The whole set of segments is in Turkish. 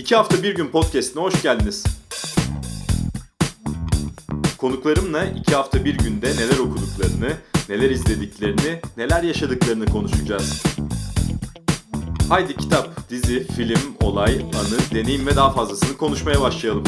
İki hafta bir gün podcastine hoş geldiniz. Konuklarımla iki hafta bir günde neler okuduklarını, neler izlediklerini, neler yaşadıklarını konuşacağız. Haydi kitap, dizi, film, olay, anı, deneyim ve daha fazlasını konuşmaya başlayalım.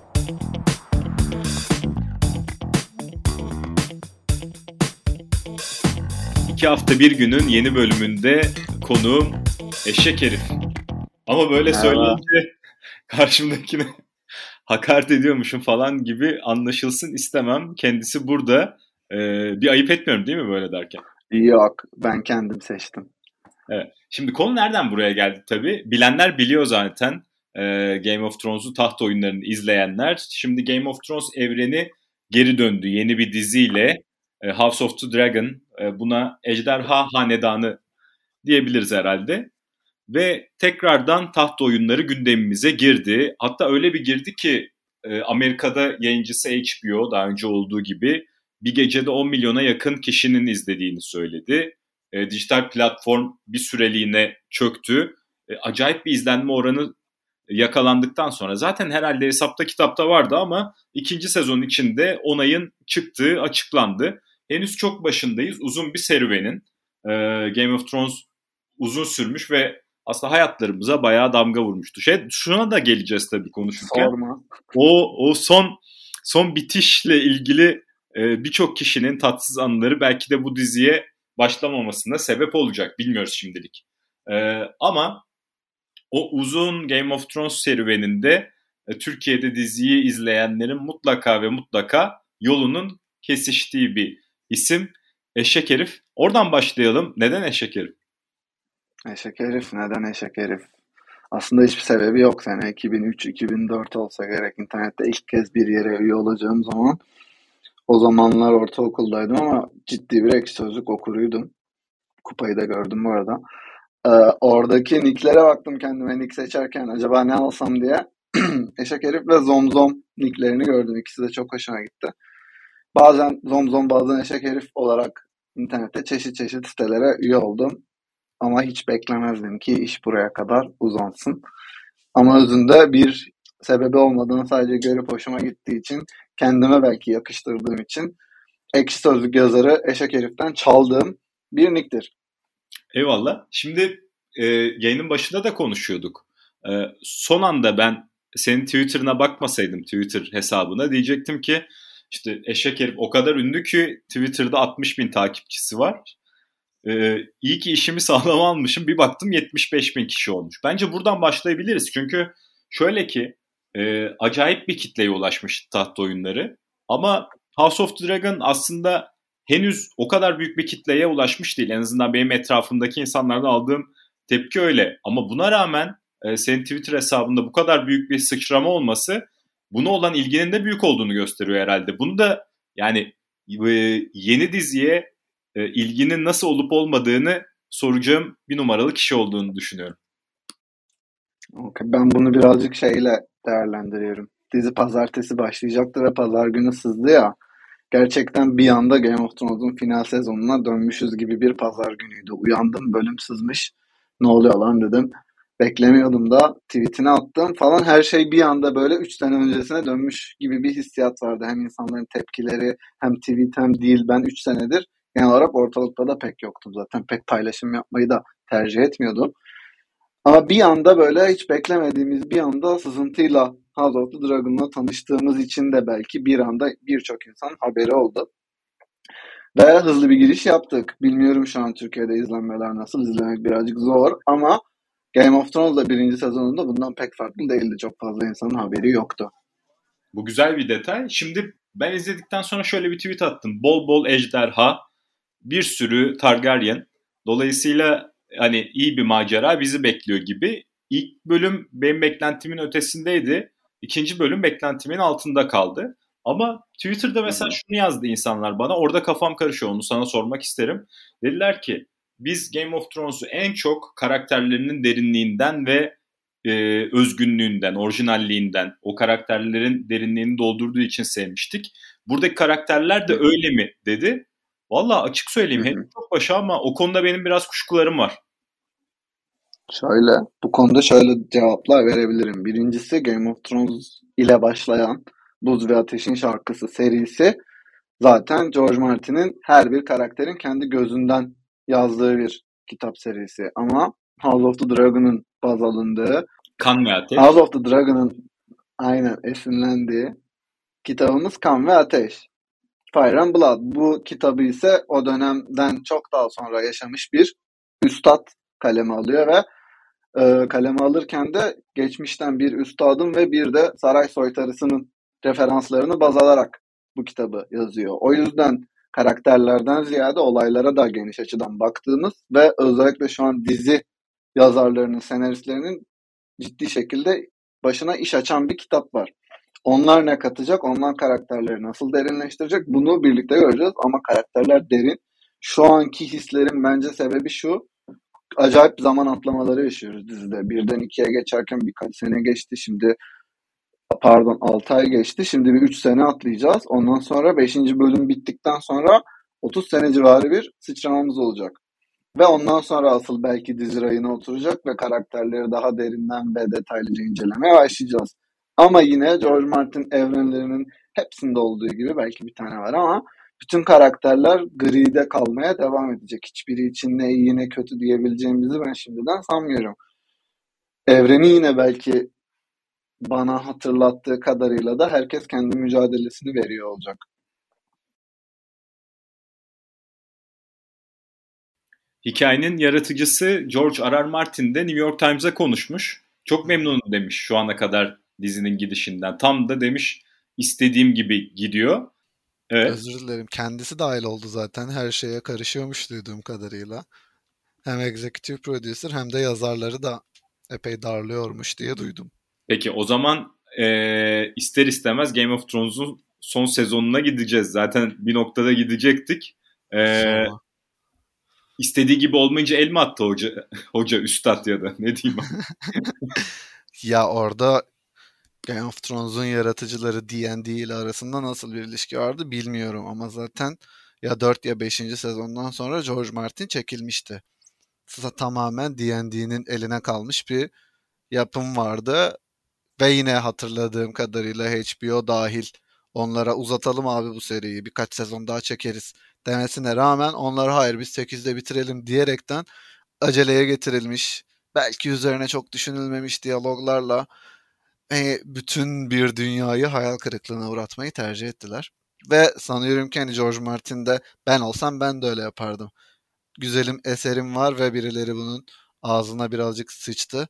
İki hafta bir günün yeni bölümünde konuğum Eşek Herif. Ama böyle söyleyince karşımdakine hakaret ediyormuşum falan gibi anlaşılsın istemem. Kendisi burada. Bir ayıp etmiyorum değil mi böyle derken? Yok, ben kendim seçtim. Evet. Şimdi konu nereden buraya geldi tabii. Bilenler biliyor zaten. Game of Thrones'u, taht oyunlarını izleyenler. Şimdi Game of Thrones evreni geri döndü yeni bir diziyle. House of the Dragon. Buna Ejderha Hanedanı diyebiliriz herhalde. Ve tekrardan taht oyunları gündemimize girdi. Hatta öyle bir girdi ki Amerika'da yayıncısı HBO daha önce olduğu gibi bir gecede 10 milyona yakın kişinin izlediğini söyledi. Dijital platform bir süreliğine çöktü. Acayip bir izlenme oranı yakalandıktan sonra zaten herhalde hesapta kitapta vardı ama ikinci sezon içinde onayın çıktığı açıklandı. Henüz çok başındayız. Uzun bir serüvenin. Game of Thrones uzun sürmüş ve aslında hayatlarımıza bayağı damga vurmuştu. Şuna da geleceğiz tabii konuşurken. Sorma. O son bitişle ilgili birçok kişinin tatsız anıları belki de bu diziye başlamamasına sebep olacak. Bilmiyoruz şimdilik. Ama o uzun Game of Thrones serüveninde Türkiye'de diziyi izleyenlerin mutlaka ve mutlaka yolunun kesiştiği bir isim Eşek Herif. Oradan başlayalım. Neden Eşek Herif? Eşek herif, neden eşek herif? Aslında hiçbir sebebi yok. Sene 2003-2004 olsa gerek. İnternette ilk kez bir yere üye olacağım zaman. O zamanlar ortaokuldaydım ama ciddi bir Ekşi Sözlük okuruydum. Kupayı da gördüm bu arada. Oradaki nicklere baktım kendime nick seçerken acaba ne alsam diye. Eşek herif ve Zomzom nicklerini gördüm. İkisi de çok hoşuma gitti. Bazen Zomzom bazen eşek herif olarak internette çeşit çeşit sitelere üye oldum. Ama hiç beklemezdim ki iş buraya kadar uzansın. Ama özünde bir sebebi olmadığını sadece görüp hoşuma gittiği için, kendime belki yakıştırdığım için Ekşi Sözlük yazarı Eşek Herif'ten çaldığım bir nicktir. Eyvallah. Şimdi yayının başında da konuşuyorduk. Son anda ben senin Twitter'ına bakmasaydım, Twitter hesabına, diyecektim ki işte Eşek Herif o kadar ünlü ki Twitter'da 60 bin takipçisi var. İyi ki işimi sağlam almışım. Bir baktım 75 bin kişi olmuş. Bence buradan başlayabiliriz. Çünkü şöyle ki acayip bir kitleye ulaşmış taht oyunları. Ama House of the Dragon aslında henüz o kadar büyük bir kitleye ulaşmış değil. En azından benim etrafımdaki insanlardan aldığım tepki öyle. Ama buna rağmen senin Twitter hesabında bu kadar büyük bir sıçrama olması buna olan ilginin de büyük olduğunu gösteriyor herhalde. Bunu da yani yeni diziye ilginin nasıl olup olmadığını soracağım bir numaralı kişi olduğunu düşünüyorum. Okay, ben bunu birazcık şeyle değerlendiriyorum. Dizi pazartesi başlayacaktı ve pazar günü sızdı ya. Gerçekten bir anda Game of Thrones'un final sezonuna dönmüşüz gibi bir pazar günüydü. Uyandım, bölüm sızmış. Ne oluyor lan dedim. Beklemiyordum da tweetini attım falan. Her şey bir anda böyle 3 sene öncesine dönmüş gibi bir hissiyat vardı. Hem insanların tepkileri hem tweet hem değil. Ben 3 senedir genel olarak ortalıkta da pek yoktum zaten. Pek paylaşım yapmayı da tercih etmiyordum. Ama bir anda böyle hiç beklemediğimiz bir anda sızıntıyla House of the Dragon'la tanıştığımız için de belki bir anda birçok insanın haberi oldu. Ve hızlı bir giriş yaptık. Bilmiyorum şu an Türkiye'de izlenmeler nasıl, izlemek birazcık zor ama Game of Thrones da birinci sezonunda bundan pek farklı değildi. Çok fazla insanın haberi yoktu. Bu güzel bir detay. Şimdi ben izledikten sonra şöyle bir tweet attım. Bol bol ejderha, bir sürü Targaryen. Dolayısıyla hani iyi bir macera bizi bekliyor gibi. İlk bölüm benim beklentimin ötesindeydi. İkinci bölüm beklentimin altında kaldı. Ama Twitter'da mesela şunu yazdı insanlar bana. Orada kafam karışıyor, onu sana sormak isterim. Dediler ki biz Game of Thrones'u en çok karakterlerinin derinliğinden ve özgünlüğünden, orijinalliğinden, o karakterlerin derinliğini doldurduğu için sevmiştik. Buradaki karakterler de öyle mi dedi. Valla açık söyleyeyim henüz çok başa ama o konuda benim biraz kuşkularım var. Bu konuda şöyle cevaplar verebilirim. Birincisi, Game of Thrones ile başlayan Buz ve Ateşin Şarkısı serisi zaten George Martin'in her bir karakterin kendi gözünden yazdığı bir kitap serisi. Ama House of the Dragon'ın baz alındığı, Kan ve House Ateş. of the Dragon'ın aynen esinlendiği kitabımız Kan ve Ateş. Fire and Blood. Bu kitabı ise o dönemden çok daha sonra yaşamış bir üstad kaleme alıyor ve kaleme alırken de geçmişten bir üstadın ve bir de saray soytarısının referanslarını baz alarak bu kitabı yazıyor. O yüzden karakterlerden ziyade olaylara da geniş açıdan baktığımız ve özellikle şu an dizi yazarlarının, senaristlerinin ciddi şekilde başına iş açan bir kitap var. Onlar ne katacak, onlar karakterleri nasıl derinleştirecek, bunu birlikte göreceğiz ama karakterler derin. Şu anki hislerin bence sebebi şu: acayip zaman atlamaları yaşıyoruz dizide. Birden ikiye geçerken birkaç sene geçti. Şimdi pardon 6 ay geçti. Şimdi bir 3 sene atlayacağız. Ondan sonra beşinci bölüm bittikten sonra 30 sene civarı bir sıçramamız olacak. Ve ondan sonra asıl belki dizi rayına oturacak ve karakterleri daha derinden ve detaylıca incelemeye başlayacağız. Ama yine George Martin evrenlerinin hepsinde olduğu gibi belki bir tane var ama bütün karakterler gride kalmaya devam edecek. Hiçbiri için ne iyi ne kötü diyebileceğimizi ben şimdiden sanmıyorum. Evreni yine belki bana hatırlattığı kadarıyla da herkes kendi mücadelesini veriyor olacak. Hikayenin yaratıcısı George R. R. Martin de New York Times'a konuşmuş. Çok memnunum demiş şu ana kadar dizinin gidişinden. Tam da demiş istediğim gibi gidiyor. Evet. Özür dilerim. Kendisi dahil oldu zaten. Her şeye karışıyormuş duyduğum kadarıyla. Hem executive producer hem de yazarları da epey darlıyormuş diye duydum. Peki o zaman ister istemez Game of Thrones'un son sezonuna gideceğiz. Zaten bir noktada gidecektik. Sorma. İstediği gibi olmayınca el mi attı hoca, hoca üstad ya da ne diyeyim ben? Ya orada Game of Thrones'un yaratıcıları D&D ile arasında nasıl bir ilişki vardı bilmiyorum ama zaten ya 4 ya 5. sezondan sonra George Martin çekilmişti. Tamamen D&D'nin eline kalmış bir yapım vardı ve yine hatırladığım kadarıyla HBO dahil onlara uzatalım abi bu seriyi birkaç sezon daha çekeriz demesine rağmen onlar hayır biz 8'de bitirelim diyerekten aceleye getirilmiş, belki üzerine çok düşünülmemiş diyaloglarla bütün bir dünyayı hayal kırıklığına uğratmayı tercih ettiler. Ve sanıyorum ki hani George Martin de ben olsam ben de öyle yapardım. Güzelim eserim var ve birileri bunun ağzına birazcık sıçtı.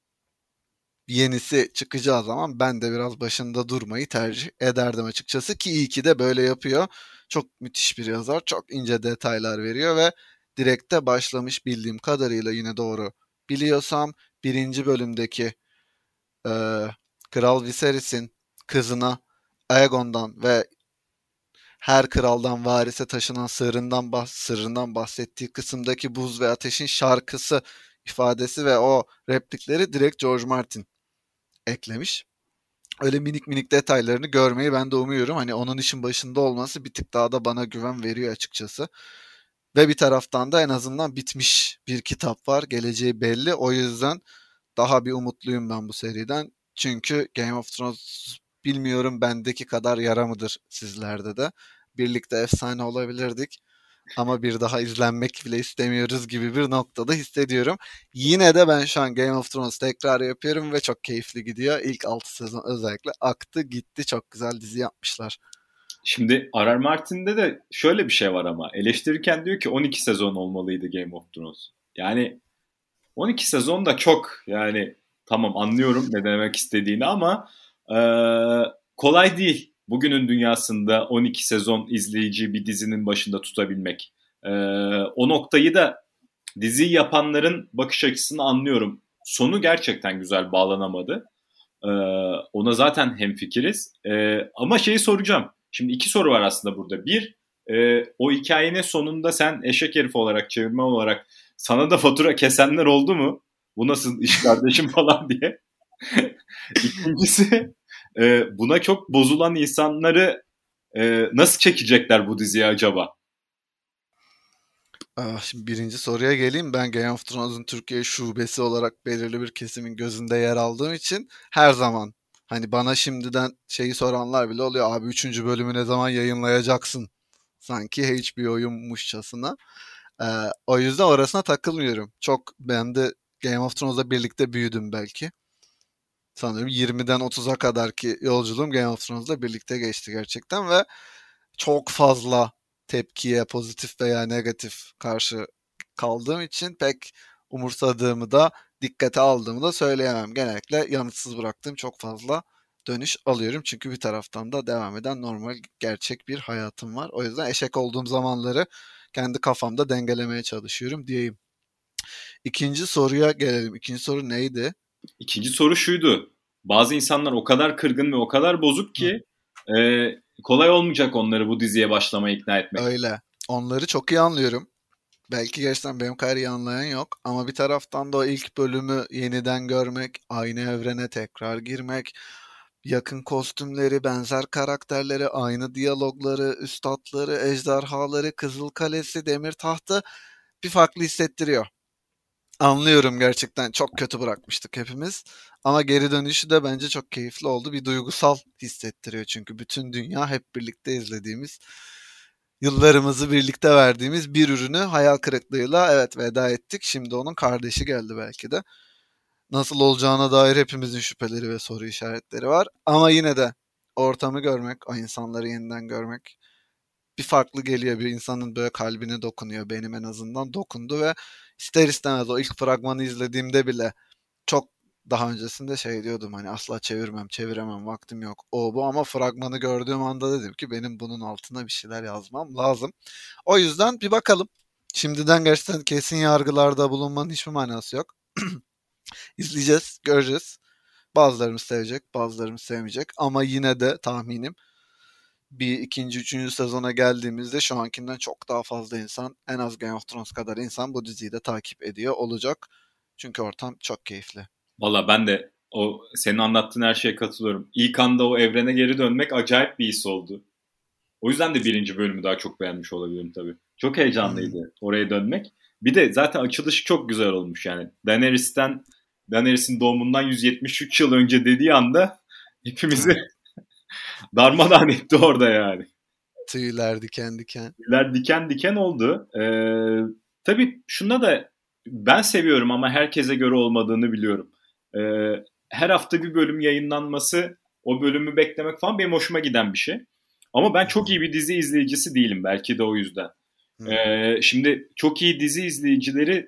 Yenisi çıkacağı zaman ben de biraz başında durmayı tercih ederdim açıkçası ki iyi ki de böyle yapıyor. Çok müthiş bir yazar, çok ince detaylar veriyor ve direkte başlamış bildiğim kadarıyla yine doğru biliyorsam birinci bölümdeki e, Kral Viserys'in kızına Aegon'dan ve her kraldan varise taşınan sırrından bahsettiği kısımdaki buz ve ateşin şarkısı ifadesi ve o replikleri direkt George Martin eklemiş. Öyle minik minik detaylarını görmeyi ben de umuyorum. Hani onun işin başında olması bir tık daha da bana güven veriyor açıkçası. Ve bir taraftan da en azından bitmiş bir kitap var. Geleceği belli. O yüzden daha bir umutluyum ben bu seriden. Çünkü Game of Thrones bilmiyorum bendeki kadar yara mıdır sizlerde de. Birlikte efsane olabilirdik. Ama bir daha izlenmek bile istemiyoruz gibi bir noktada hissediyorum. Yine de ben şu an Game of Thrones tekrar yapıyorum ve çok keyifli gidiyor. İlk 6 sezon özellikle aktı gitti. Çok güzel dizi yapmışlar. Şimdi R.R. Martin'de de şöyle bir şey var ama eleştirirken diyor ki 12 sezon olmalıydı Game of Thrones. Yani 12 sezon da çok yani tamam anlıyorum ne demek istediğini ama kolay değil. Bugünün dünyasında 12 sezon izleyici bir dizinin başında tutabilmek. O noktayı da diziyi yapanların bakış açısını anlıyorum. Sonu gerçekten güzel bağlanamadı. Ee, Ona zaten hemfikiriz. Ama şeyi soracağım. Şimdi iki soru var aslında burada. Bir, o hikayenin sonunda sen eşek herif olarak, çevirmen olarak sana da fatura kesenler oldu mu? Bu nasıl iş kardeşim falan diye. İkincisi, buna çok bozulan insanları nasıl çekecekler bu diziye acaba? Şimdi birinci soruya geleyim. Ben Game of Thrones'un Türkiye şubesi olarak belirli bir kesimin gözünde yer aldığım için her zaman hani bana şimdiden şeyi soranlar bile oluyor. Abi 3. bölümü ne zaman yayınlayacaksın? Sanki HBO'ymuş-çasına. O yüzden orasına takılmıyorum. Çok ben de Game of Thrones'la birlikte büyüdüm belki. Sanırım 20'den 30'a kadar ki yolculuğum Game of Thrones'la birlikte geçti gerçekten ve çok fazla tepkiye pozitif veya negatif karşı kaldığım için pek umursadığımı da dikkate aldığımı da söyleyemem. Genellikle yanıtsız bıraktığım çok fazla dönüş alıyorum. Çünkü bir taraftan da devam eden normal gerçek bir hayatım var. O yüzden eşek olduğum zamanları kendi kafamda dengelemeye çalışıyorum diyeyim. İkinci soruya gelelim. İkinci soru neydi? İkinci soru şuydu. Bazı insanlar o kadar kırgın ve o kadar bozuk ki kolay olmayacak onları bu diziye başlamaya ikna etmek. Öyle. Onları çok iyi anlıyorum. Belki gerçekten benim kadar iyi anlayan yok. Ama bir taraftan da o ilk bölümü yeniden görmek, aynı evrene tekrar girmek, yakın kostümleri, benzer karakterleri, aynı diyalogları, üstatları, ejderhaları, Kızıl Kalesi, Demir Tahtı bir farklı hissettiriyor. Anlıyorum gerçekten çok kötü bırakmıştık hepimiz. Ama geri dönüşü de bence çok keyifli oldu. Bir duygusal hissettiriyor çünkü bütün dünya hep birlikte izlediğimiz, yıllarımızı birlikte verdiğimiz bir ürünü hayal kırıklığıyla evet veda ettik. Şimdi onun kardeşi geldi belki de. Nasıl olacağına dair hepimizin şüpheleri ve soru işaretleri var. Ama yine de ortamı görmek, o insanları yeniden görmek bir farklı geliyor. Bir insanın böyle kalbine dokunuyor. Benim en azından dokundu ve ister istemez o ilk fragmanı izlediğimde bile çok daha öncesinde şey diyordum hani asla çeviremem, vaktim yok. O bu ama fragmanı gördüğüm anda dedim ki benim bunun altına bir şeyler yazmam lazım. O yüzden bir bakalım. Şimdiden gerçekten kesin yargılarda bulunmanın hiçbir manası yok. İzleyeceğiz, göreceğiz. Bazılarımız sevecek, bazılarımız sevmeyecek. Ama yine de tahminim bir ikinci, üçüncü sezona geldiğimizde şu ankinden çok daha fazla insan, en az Game of Thrones kadar insan bu diziyi de takip ediyor olacak. Çünkü ortam çok keyifli. Valla ben de o senin anlattığın her şeye katılıyorum. İlk anda o evrene geri dönmek acayip bir his oldu. O yüzden de birinci bölümü daha çok beğenmiş olabilirim tabii. Çok heyecanlıydı oraya dönmek. Bir de zaten açılışı çok güzel olmuş yani. Daenerys'in doğumundan 173 yıl önce dediği anda hepimizi darmadağın etti orada yani. Tüyler diken diken. Tüyler diken diken oldu. Tabii şunda da ben seviyorum ama herkese göre olmadığını biliyorum. Her hafta bir bölüm yayınlanması, o bölümü beklemek falan benim hoşuma giden bir şey. Ama ben çok iyi bir dizi izleyicisi değilim. Belki de o yüzden. Şimdi çok iyi dizi izleyicileri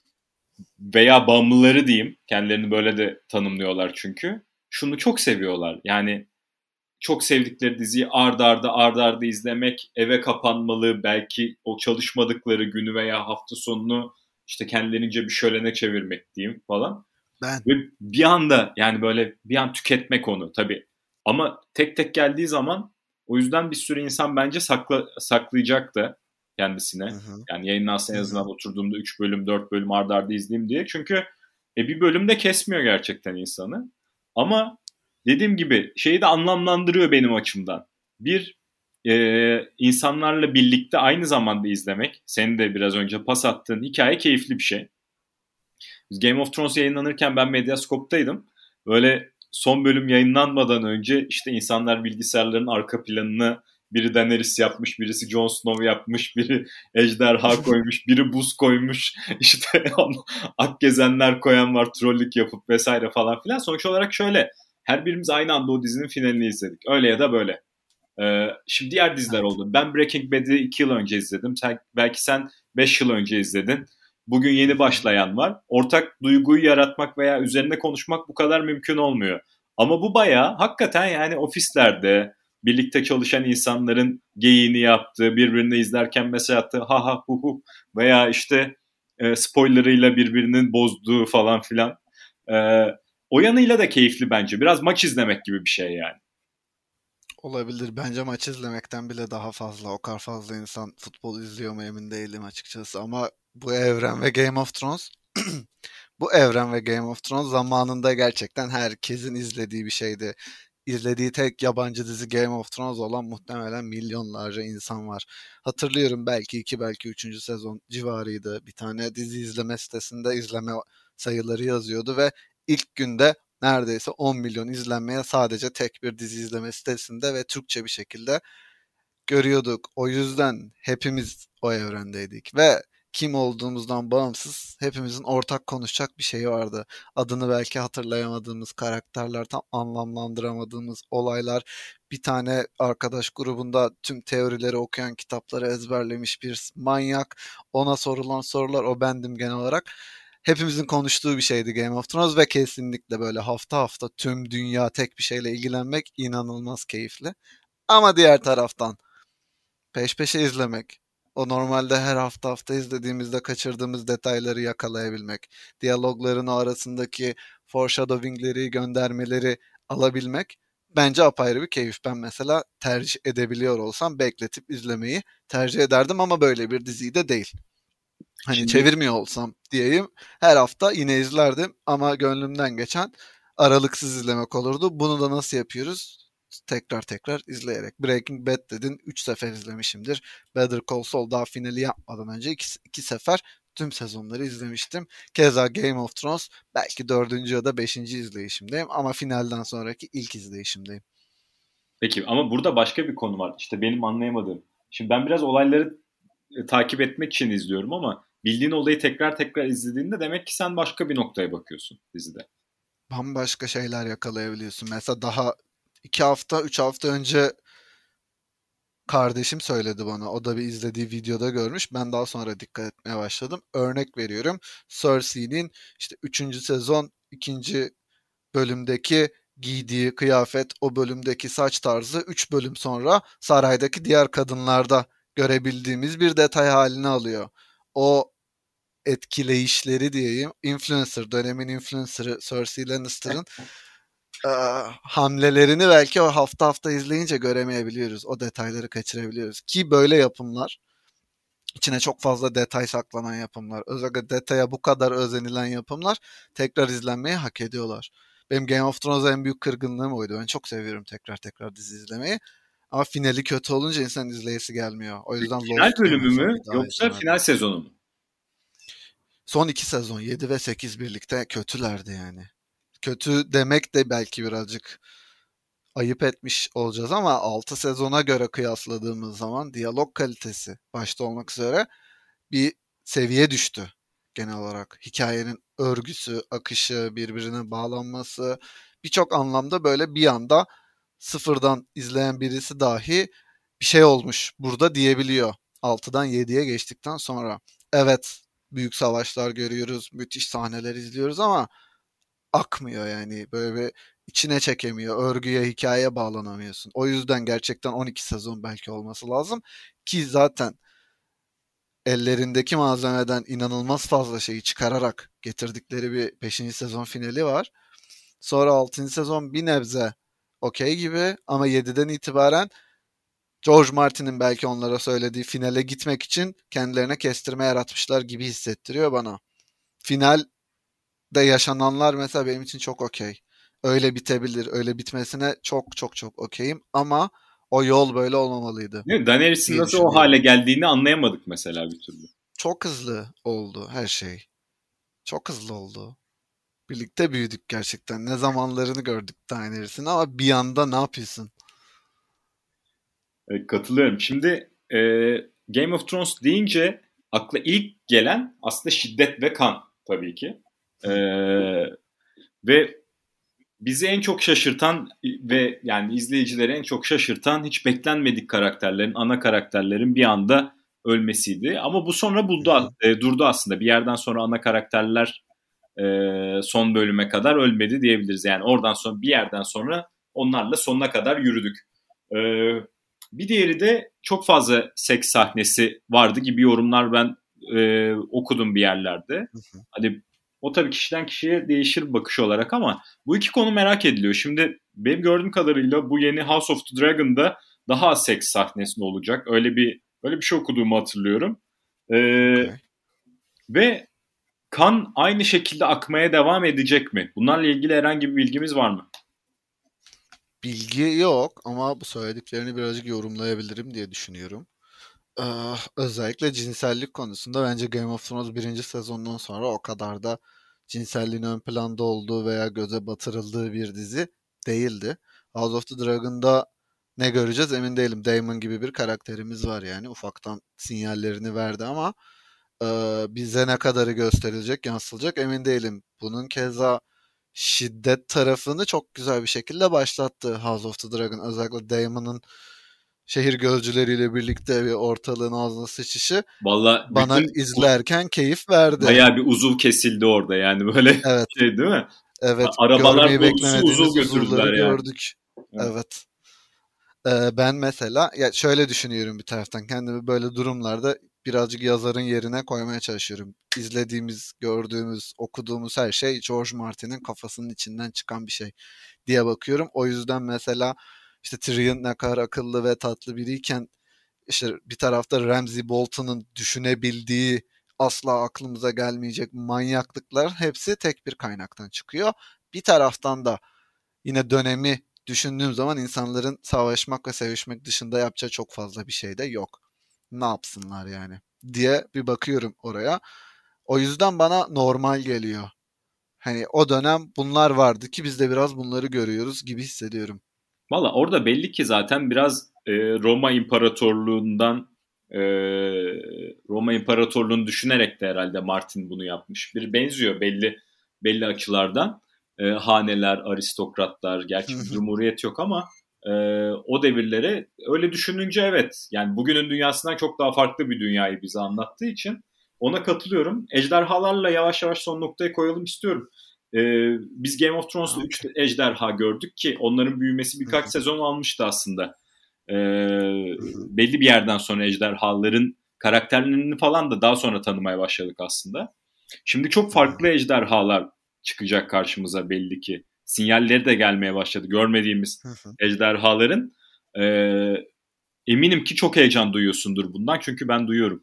veya bağımlıları diyeyim. Kendilerini böyle de tanımlıyorlar çünkü. Şunu çok seviyorlar. Yani çok sevdikleri diziyi ard arda izlemek, eve kapanmalı, belki o çalışmadıkları günü veya hafta sonunu işte kendilerince bir şölene çevirmek diyeyim falan. Ve bir anda yani böyle bir an tüketmek onu tabii. Ama tek tek geldiği zaman o yüzden bir sürü insan bence saklayacak da kendisine. Yani yayınlansın en azından oturduğumda 3 bölüm 4 bölüm arda izleyeyim diye. Çünkü bir bölümde kesmiyor gerçekten insanı. Ama dediğim gibi şeyi de anlamlandırıyor benim açımdan. Bir insanlarla birlikte aynı zamanda izlemek. Senin de biraz önce pas attığın hikaye keyifli bir şey. Game of Thrones yayınlanırken ben Medyascope'taydım. Böyle son bölüm yayınlanmadan önce işte insanlar bilgisayarların arka planını biri Daenerys yapmış, birisi Jon Snow yapmış, biri ejderha koymuş, biri buz koymuş. İşte Akgezenler koyan var, trollük yapıp vesaire falan filan. Sonuç olarak şöyle, her birimiz aynı anda o dizinin finalini izledik. Öyle ya da böyle. Şimdi diğer diziler oldu. Ben Breaking Bad'i 2 yıl önce izledim. Belki sen 5 yıl önce izledin. Bugün yeni başlayan var. Ortak duyguyu yaratmak veya üzerine konuşmak bu kadar mümkün olmuyor. Ama bu bayağı hakikaten yani ofislerde birlikte çalışan insanların geyiğini yaptığı, birbirini izlerken mesaj attığı ha ha hu hu veya işte spoilerıyla birbirinin bozduğu falan filan. O yanıyla da keyifli bence. Biraz maç izlemek gibi bir şey yani. Olabilir. Bence maç izlemekten bile daha fazla. O kadar fazla insan futbol izliyor mu emin değilim açıkçası. Ama bu evren ve Game of Thrones bu evren ve Game of Thrones zamanında gerçekten herkesin izlediği bir şeydi. izlediği tek yabancı dizi Game of Thrones olan muhtemelen milyonlarca insan var. Hatırlıyorum belki 2 belki 3. sezon civarıydı. Bir tane dizi izleme sitesinde izleme sayıları yazıyordu ve ilk günde neredeyse 10 milyon izlenmeye sadece tek bir dizi izleme sitesinde ve Türkçe bir şekilde görüyorduk. O yüzden hepimiz o evrendeydik ve kim olduğumuzdan bağımsız hepimizin ortak konuşacak bir şeyi vardı. Adını belki hatırlayamadığımız karakterler, tam anlamlandıramadığımız olaylar, bir tane arkadaş grubunda tüm teorileri okuyan, kitapları ezberlemiş bir manyak, ona sorulan sorular, o bendim genel olarak. Hepimizin konuştuğu bir şeydi Game of Thrones ve kesinlikle böyle hafta hafta tüm dünya tek bir şeyle ilgilenmek inanılmaz keyifli. Ama diğer taraftan peş peşe izlemek, o normalde her hafta izlediğimizde kaçırdığımız detayları yakalayabilmek, diyalogların o arasındaki foreshadowing'leri, göndermeleri alabilmek bence apayrı bir keyif. Ben mesela tercih edebiliyor olsam bekletip izlemeyi tercih ederdim ama böyle bir diziyi de değil. Hani Şimdi çevirmiyor olsam diyeyim, her hafta yine izlerdim ama gönlümden geçen aralıksız izlemek olurdu. Bunu da nasıl yapıyoruz? Tekrar tekrar izleyerek. Breaking Bad dedin, 3 sefer izlemişimdir. Better Call Saul daha finali yapmadan önce 2 sefer tüm sezonları izlemiştim. Keza Game of Thrones belki 4. ya da 5. izleyişimdeyim ama finalden sonraki ilk izleyişimdeyim. peki ama burada başka bir konu var. İşte benim anlayamadığım. Şimdi ben biraz olayları takip etmek için izliyorum ama bildiğin olayı tekrar tekrar izlediğinde demek ki sen başka bir noktaya bakıyorsun dizide. Bambaşka şeyler yakalayabiliyorsun. Mesela daha 2 hafta, 3 hafta önce kardeşim söyledi bana. O da bir izlediği videoda görmüş. Ben daha sonra dikkat etmeye başladım. Örnek veriyorum. Cersei'nin işte 3. sezon 2. bölümdeki giydiği kıyafet, o bölümdeki saç tarzı 3 bölüm sonra saraydaki diğer kadınlarda görebildiğimiz bir detay haline alıyor. O etkileyişleri diyeyim, influencer, dönemin influencer'ı Cersei Lannister'ın hamlelerini belki o hafta izleyince göremeyebiliyoruz. O detayları kaçırabiliyoruz. Ki böyle yapımlar, içine çok fazla detay saklanan yapımlar, özellikle detaya bu kadar özenilen yapımlar tekrar izlenmeyi hak ediyorlar. Benim Game of Thrones'a en büyük kırgınlığım oydu. Ben çok seviyorum tekrar tekrar dizi izlemeyi. Ama finali kötü olunca insan izleyesi gelmiyor. O yüzden Final Lost'u da bölümü mesela mü bir daha yoksa final izlemedim. sezonu mu? Son 2 sezon 7 ve 8 birlikte kötülerdi yani. Kötü demek de belki birazcık ayıp etmiş olacağız ama 6 sezona göre kıyasladığımız zaman diyalog kalitesi başta olmak üzere bir seviye düştü genel olarak. Hikayenin örgüsü, akışı, birbirine bağlanması birçok anlamda böyle bir anda sıfırdan izleyen birisi dahi bir şey olmuş burada diyebiliyor. 6'dan 7'ye geçtikten sonra. Evet, büyük savaşlar görüyoruz, müthiş sahneler izliyoruz ama akmıyor yani. Böyle bir içine çekemiyor. Örgüye, hikayeye bağlanamıyorsun. O yüzden gerçekten 12 sezon belki olması lazım. Ki zaten ellerindeki malzemeden inanılmaz fazla şeyi çıkararak getirdikleri bir 5. sezon finali var. Sonra 6. sezon bir nebze okey gibi ama 7'den itibaren George Martin'in belki onlara söylediği finale gitmek için kendilerine kestirme yaratmışlar gibi hissettiriyor bana. Finalde yaşananlar mesela benim için çok okey. Öyle bitebilir, öyle bitmesine çok çok çok okeyim ama o yol böyle olmamalıydı Değil mi? Daenerys'in diye nasıl o hale düşünüyorum. geldiğini anlayamadık mesela bir türlü. Çok hızlı oldu her şey. Çok hızlı oldu. Birlikte büyüdük gerçekten. Ne zamanlarını gördük Daenerys'in ama bir anda ne yapıyorsun? Katılıyorum. Şimdi Game of Thrones deyince akla ilk gelen aslında şiddet ve kan tabii ki. E, ve bizi en çok şaşırtan ve yani izleyicileri en çok şaşırtan hiç beklenmedik karakterlerin, ana karakterlerin bir anda ölmesiydi. Ama bu sonra durdu aslında. Bir yerden sonra ana karakterler son bölüme kadar ölmedi diyebiliriz. Yani oradan sonra bir yerden sonra onlarla sonuna kadar yürüdük. E, bir diğeri de çok fazla seks sahnesi vardı gibi yorumlar ben okudum bir yerlerde. Hani o tabii kişiden kişiye değişir bakış olarak ama bu iki konu merak ediliyor. Şimdi benim gördüğüm kadarıyla bu yeni House of the Dragon'da daha az seks sahnesinde olacak. Öyle bir şey okuduğumu hatırlıyorum. Ee, Okay. ve kan aynı şekilde akmaya devam edecek mi? Bunlarla ilgili herhangi bir bilgimiz var mı? bilgi yok ama bu söylediklerini birazcık yorumlayabilirim diye düşünüyorum. Özellikle cinsellik konusunda bence Game of Thrones birinci sezondan sonra o kadar da cinselliğin ön planda olduğu veya göze batırıldığı bir dizi değildi. House of the Dragon'da ne göreceğiz emin değilim. Daemon gibi bir karakterimiz var yani. Ufaktan sinyallerini verdi ama bize ne kadarı gösterilecek, yansıtılacak emin değilim. Bunun keza şiddet tarafını çok güzel bir şekilde başlattı House of the Dragon. Özellikle Daemon'ın şehir gözcüleriyle birlikte bir ortalığın ağzına sıçışı Valla bana izlerken keyif verdi. bayağı bir uzuv kesildi orada yani böyle Evet. şey değil mi? Evet. Arabalar Görmeyi dolusu beklemediğimiz uzuv götürdüler uzuvları yani. gördük. Evet. Ben mesela ya şöyle düşünüyorum bir taraftan. Kendimi böyle durumlarda birazcık yazarın yerine koymaya çalışıyorum. İzlediğimiz, gördüğümüz, okuduğumuz her şey George Martin'in kafasının içinden çıkan bir şey diye bakıyorum. O yüzden mesela işte Tyrion ne kadar akıllı ve tatlı biriyken işte bir tarafta Ramsay Bolton'un düşünebildiği asla aklımıza gelmeyecek manyaklıklar hepsi tek bir kaynaktan çıkıyor. Bir taraftan da yine dönemi düşündüğüm zaman insanların savaşmak ve sevişmek dışında yapacağı çok fazla bir şey de yok. Ne yapsınlar yani diye bir bakıyorum oraya. O yüzden bana normal geliyor. Hani o dönem bunlar vardı ki biz de biraz bunları görüyoruz gibi hissediyorum. Valla orada belli ki zaten biraz Roma İmparatorluğundan Roma İmparatorluğunu düşünerek de herhalde Martin bunu yapmış. Bir benziyor belli açılardan. Haneler, aristokratlar, gerçi bir cumhuriyet yok ama o devirlere öyle düşününce evet. Yani bugünün dünyasından çok daha farklı bir dünyayı bize anlattığı için ona katılıyorum. Ejderhalarla yavaş yavaş son noktaya koyalım istiyorum. Biz Game of Thrones'ta 3 ejderha gördük ki onların büyümesi birkaç sezon almıştı aslında. Belli bir yerden sonra ejderhaların karakterlerini falan da daha sonra tanımaya başladık aslında. Şimdi çok farklı ejderhalar çıkacak karşımıza belli ki. Sinyalleri de gelmeye başladı. Görmediğimiz ejderhaların. Eminim ki çok heyecan duyuyorsundur bundan. Çünkü ben duyuyorum.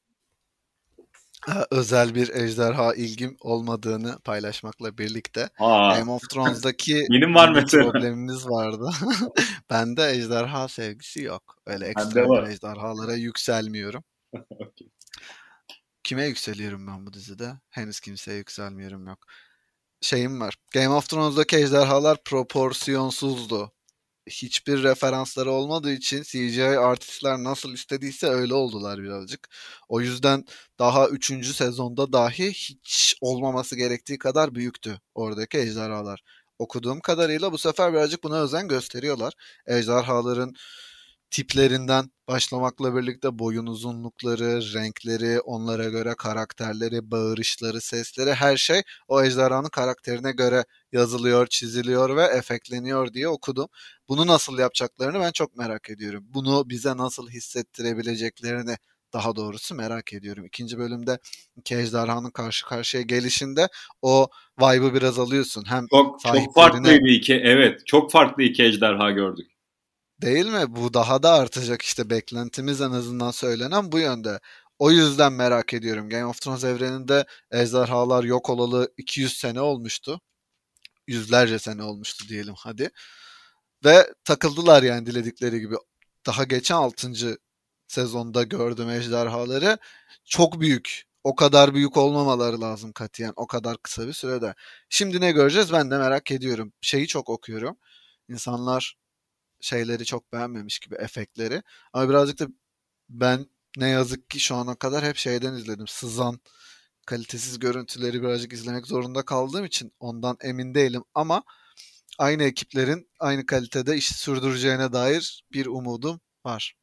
Özel bir ejderha ilgim olmadığını paylaşmakla birlikte Game of Thrones'daki benim var mesela. problemimiz vardı. Bende ejderha sevgisi yok. Öyle ekstra bir ejderhalara yükselmiyorum. Okay. Kime yükseliyorum ben bu dizide? Henüz kimseye yükselmiyorum yok. Şeyim var. Game of Thrones'daki ejderhalar proporsiyonsuzdu. Hiçbir referansları olmadığı için CGI artistler nasıl istediyse öyle oldular birazcık. O yüzden daha 3. sezonda dahi hiç olmaması gerektiği kadar büyüktü oradaki ejderhalar. Okuduğum kadarıyla bu sefer birazcık buna özen gösteriyorlar. Ejderhaların tiplerinden başlamakla birlikte boyun uzunlukları, renkleri, onlara göre karakterleri, bağırışları, sesleri her şey o ejderhanın karakterine göre yazılıyor, çiziliyor ve efektleniyor diye okudum. Bunu nasıl yapacaklarını ben çok merak ediyorum. Bunu bize nasıl hissettirebileceklerini daha doğrusu merak ediyorum. İkinci bölümde iki ejderhanın karşı karşıya gelişinde o vibe'ı biraz alıyorsun. Hem Çok farklıydı evet. Çok farklı iki ejderha gördük. Değil mi? Bu daha da artacak işte beklentimiz en azından söylenen bu yönde. O yüzden merak ediyorum. Game of Thrones evreninde ejderhalar yok olalı 200 sene olmuştu. Yüzlerce sene olmuştu diyelim hadi. Ve takıldılar yani diledikleri gibi. Daha geçen 6. sezonda gördüm ejderhaları. Çok büyük. O kadar büyük olmamaları lazım katiyen. O kadar kısa bir sürede. Şimdi ne göreceğiz ben de merak ediyorum. Şeyi çok okuyorum. İnsanlar şeyleri çok beğenmemiş gibi efektleri. Ama birazcık da ben ne yazık ki şu ana kadar hep şeyden izledim. Sızan kalitesiz görüntüleri birazcık izlemek zorunda kaldığım için ondan emin değilim ama aynı ekiplerin aynı kalitede iş sürdüreceğine dair bir umudum var.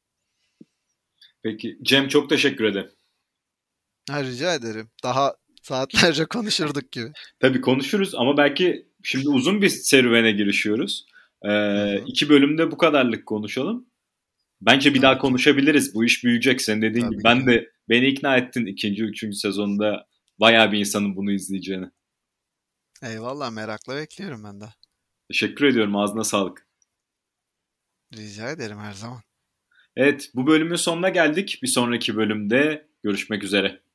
Peki Cem çok teşekkür ederim. Rica ederim. Daha saatlerce konuşurduk gibi. Tabii konuşuruz ama belki şimdi uzun bir serüvene girişiyoruz. 2 bölümde bu kadarlık konuşalım. Bence bir daha konuşabiliriz. Bu iş büyüyecek. Senin dediğin gibi. Beni ikna ettin 2. 3. sezonda bayağı bir insanın bunu izleyeceğini. Eyvallah, merakla bekliyorum ben de. Teşekkür ediyorum. Ağzına sağlık. Rica ederim her zaman. Evet, bu bölümün sonuna geldik. Bir sonraki bölümde görüşmek üzere.